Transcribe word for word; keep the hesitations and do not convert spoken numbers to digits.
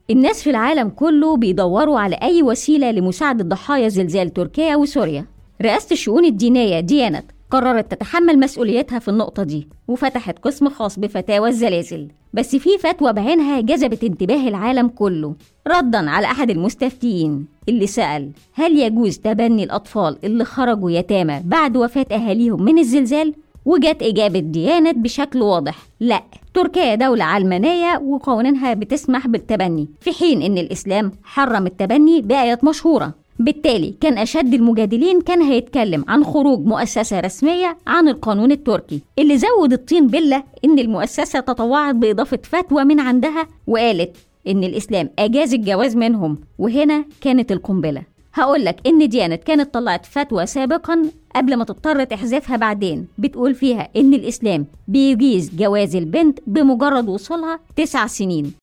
الناس في العالم كله بيدوروا على أي وسيلة لمساعدة ضحايا زلزال تركيا وسوريا. رئاسة الشؤون الدينية ديانت قررت تتحمل مسؤوليتها في النقطة دي، وفتحت قسم خاص بفتاوى الزلازل. بس في فتوى بعينها جذبت انتباه العالم كله، ردا على أحد المستفتيين اللي سأل هل يجوز تبني الأطفال اللي خرجوا يتامى بعد وفاة أهاليهم من الزلزال؟ وجت إجابة ديانت بشكل واضح: لا، تركيا دولة علمانية وقوانينها بتسمح بالتبني، في حين إن الإسلام حرم التبني بآيات مشهورة. بالتالي كان أشد المجادلين كان هيتكلم عن خروج مؤسسة رسمية عن القانون التركي، اللي زود الطين بلة إن المؤسسة تطوعت بإضافة فتوى من عندها وقالت إن الإسلام أجاز الجواز منهم. وهنا كانت القنبلة. هقولك إن ديانت كانت طلعت فتوى سابقا قبل ما تضطر تحذفها بعدين، بتقول فيها إن الإسلام بيجيز جواز البنت بمجرد وصولها تسع سنين،